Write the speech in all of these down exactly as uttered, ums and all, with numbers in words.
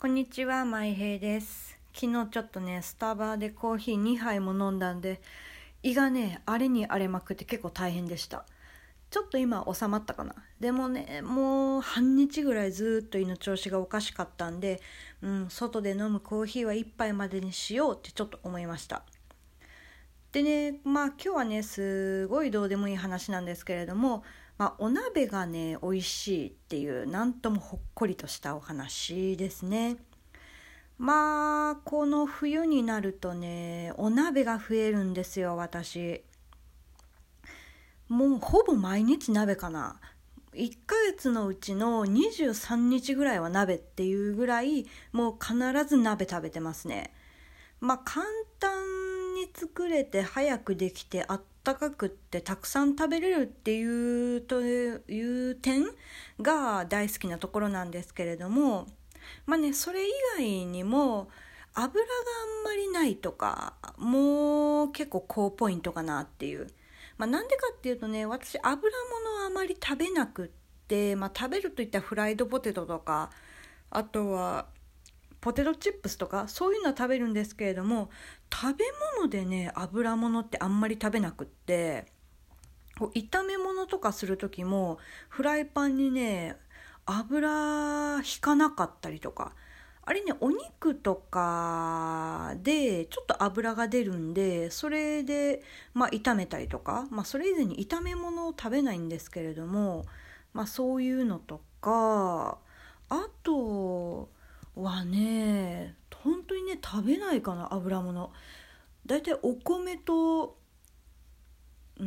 こんにちは、まいへいです。昨日ちょっとね、スタバでコーヒーにはいも飲んだんで、胃がね、荒れに荒れまくって結構大変でした。ちょっと今収まったかな。でもね、もう半日ぐらいずっと胃の調子がおかしかったんで、うん、外で飲むコーヒーはいっぱいまでにしようってちょっと思いました。でね、まあ今日はね、すごいどうでもいい話なんですけれども、まあ、お鍋がね、美味しいっていう、なんともほっこりとしたお話ですね。まあこの冬になるとね、お鍋が増えるんですよ。私もうほぼ毎日鍋かな。いっかげつのうちのにじゅうさんにちぐらいは鍋っていうぐらい、もう必ず鍋食べてますね。まあ簡単に作れて早くできてあったかくってたくさん食べれるっていうという点が大好きなところなんですけれども、まあね、それ以外にも油があんまりないとかもう結構高ポイントかなっていう。まあ、なんでかっていうとね、私油物はあまり食べなくって、まあ、食べるといったらフライドポテトとか、あとはポテトチップスとかそういうのは食べるんですけれども、食べ物でね油物ってあんまり食べなくって、こう炒め物とかする時もフライパンにね油引かなかったりとか、あれね、お肉とかでちょっと油が出るんで、それでまあ炒めたりとか、まあそれ以前に炒め物を食べないんですけれども、まあそういうのとか、あとはね、本当にね食べないかな、油物。だいたいお米と、うん、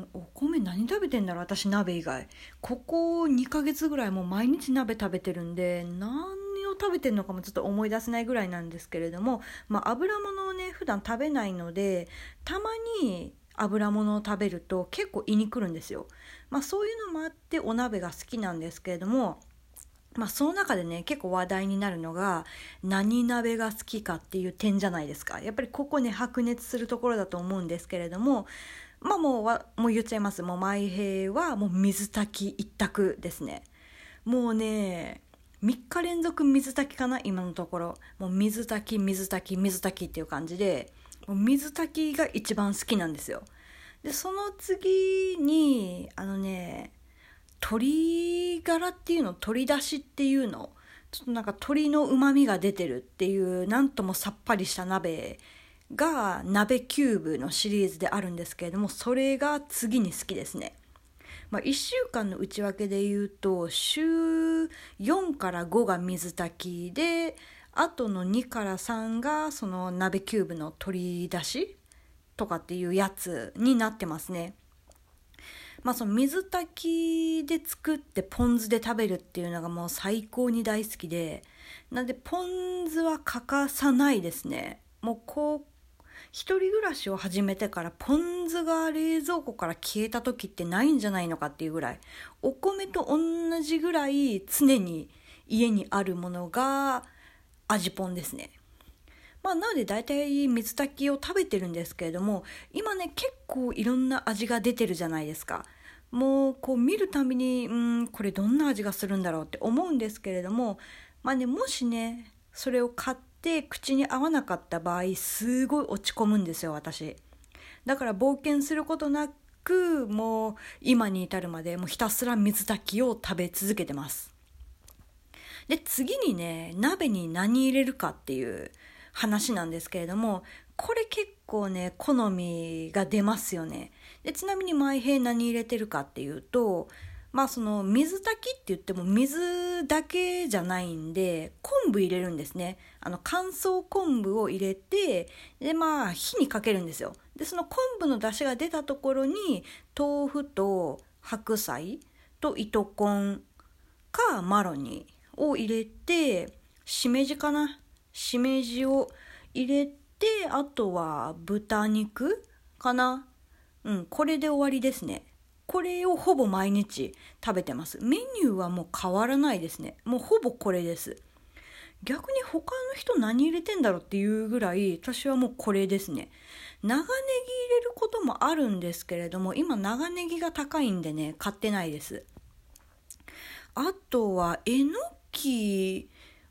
お米何食べてんだろう私、鍋以外。ここにかげつぐらいもう毎日鍋食べてるんで、何を食べてんのかもちょっと思い出せないぐらいなんですけれども、まあ油物をね普段食べないので、たまに油物を食べると結構胃にくるんですよ。まあそういうのもあってお鍋が好きなんですけれども、まあその中でね結構話題になるのが何鍋が好きかっていう点じゃないですか。やっぱりここね白熱するところだと思うんですけれども、まあもうわもう言っちゃいます。もうマイヘイはもう水炊き一択ですね。もうねみっか連続水炊きかな今のところ。もう水炊き水炊き水炊きっていう感じで、もう水炊きが一番好きなんですよ。でその次にあのね、鶏ガラっていうの、鶏だしっていうの、ちょっとなんか鶏の旨味が出てるっていう、なんともさっぱりした鍋が鍋キューブのシリーズであるんですけれども、それが次に好きですね。まあ、いっしゅうかんの内訳で言うと週よんからごが水炊きで、あとのにからさんがその鍋キューブの鶏だしとかっていうやつになってますね。まあその水炊きで作ってポン酢で食べるっていうのがもう最高に大好きで、なんでポン酢は欠かさないですね。もうこう一人暮らしを始めてからポン酢が冷蔵庫から消えた時ってないんじゃないのかっていうぐらい、お米と同じぐらい常に家にあるものが味ポンですね。まあ、なので大体水炊きを食べてるんですけれども、今ね結構いろんな味が出てるじゃないですか。もうこう見るたびに、うんこれどんな味がするんだろうって思うんですけれども、まあね、もしねそれを買って口に合わなかった場合、すごい落ち込むんですよ私。だから冒険することなく、もう今に至るまでもうひたすら水炊きを食べ続けてます。で次にね、鍋に何入れるかっていう話なんですけれども、これ結構ね好みが出ますよね。でちなみに毎平何入れてるかっていうと、まあその水炊きって言っても水だけじゃないんで、昆布入れるんですね。あの乾燥昆布を入れて、でまあ火にかけるんですよ。でその昆布の出汁が出たところに豆腐と白菜と糸こんかマロニを入れて、しめじかな、しめじを入れて、あとは豚肉かな、うん、これで終わりですね。これをほぼ毎日食べてます。メニューはもう変わらないですね。もうほぼこれです。逆に他の人何入れてんだろうっていうぐらい、私はもうこれですね。長ネギ入れることもあるんですけれども、今長ネギが高いんでね買ってないです。あとはえのき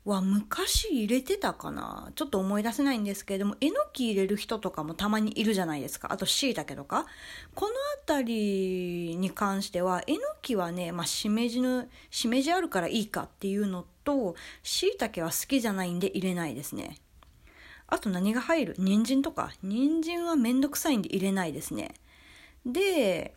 は昔入れてたかな、ちょっと思い出せないんですけれども、えのき入れる人とかもたまにいるじゃないですか。あとしいたけとか、この辺りに関してはえのきはね、まあ、しめじのしめじあるからいいかっていうのと、しいたけは好きじゃないんで入れないですね。あと何が入る？人参とか。人参はめんどくさいんで入れないですね。で、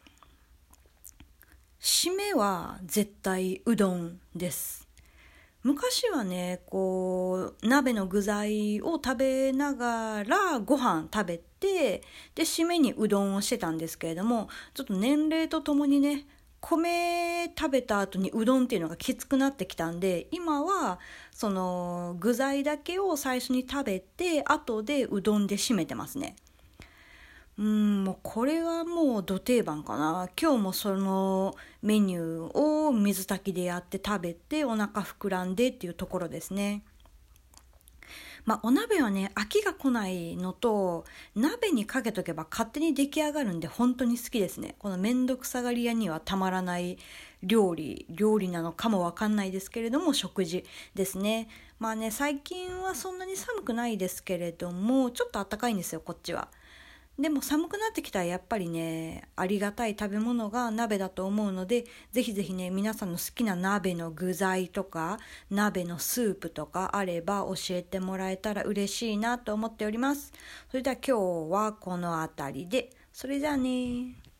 締めは絶対うどんです。昔はね、こう鍋の具材を食べながらご飯食べて、で締めにうどんをしてたんですけれども、ちょっと年齢とともにね、米食べた後にうどんっていうのがきつくなってきたんで、今はその具材だけを最初に食べて、後でうどんで締めてますね。うーん、もうこれはもうど定番かな。今日もそのメニューを水炊きでやって食べて、お腹膨らんでっていうところですね。まあお鍋はね、飽きが来ないのと、鍋にかけとけば勝手に出来上がるんで本当に好きですね。このめんどくさがり屋にはたまらない料理、料理なのかもわかんないですけれども、食事ですね。まあね、最近はそんなに寒くないですけれども、ちょっと暖かいんですよ、こっちは。でも寒くなってきたらやっぱりね、ありがたい食べ物が鍋だと思うので、ぜひぜひね、皆さんの好きな鍋の具材とか、鍋のスープとかあれば教えてもらえたら嬉しいなと思っております。それでは今日はこの辺りで、それじゃあね。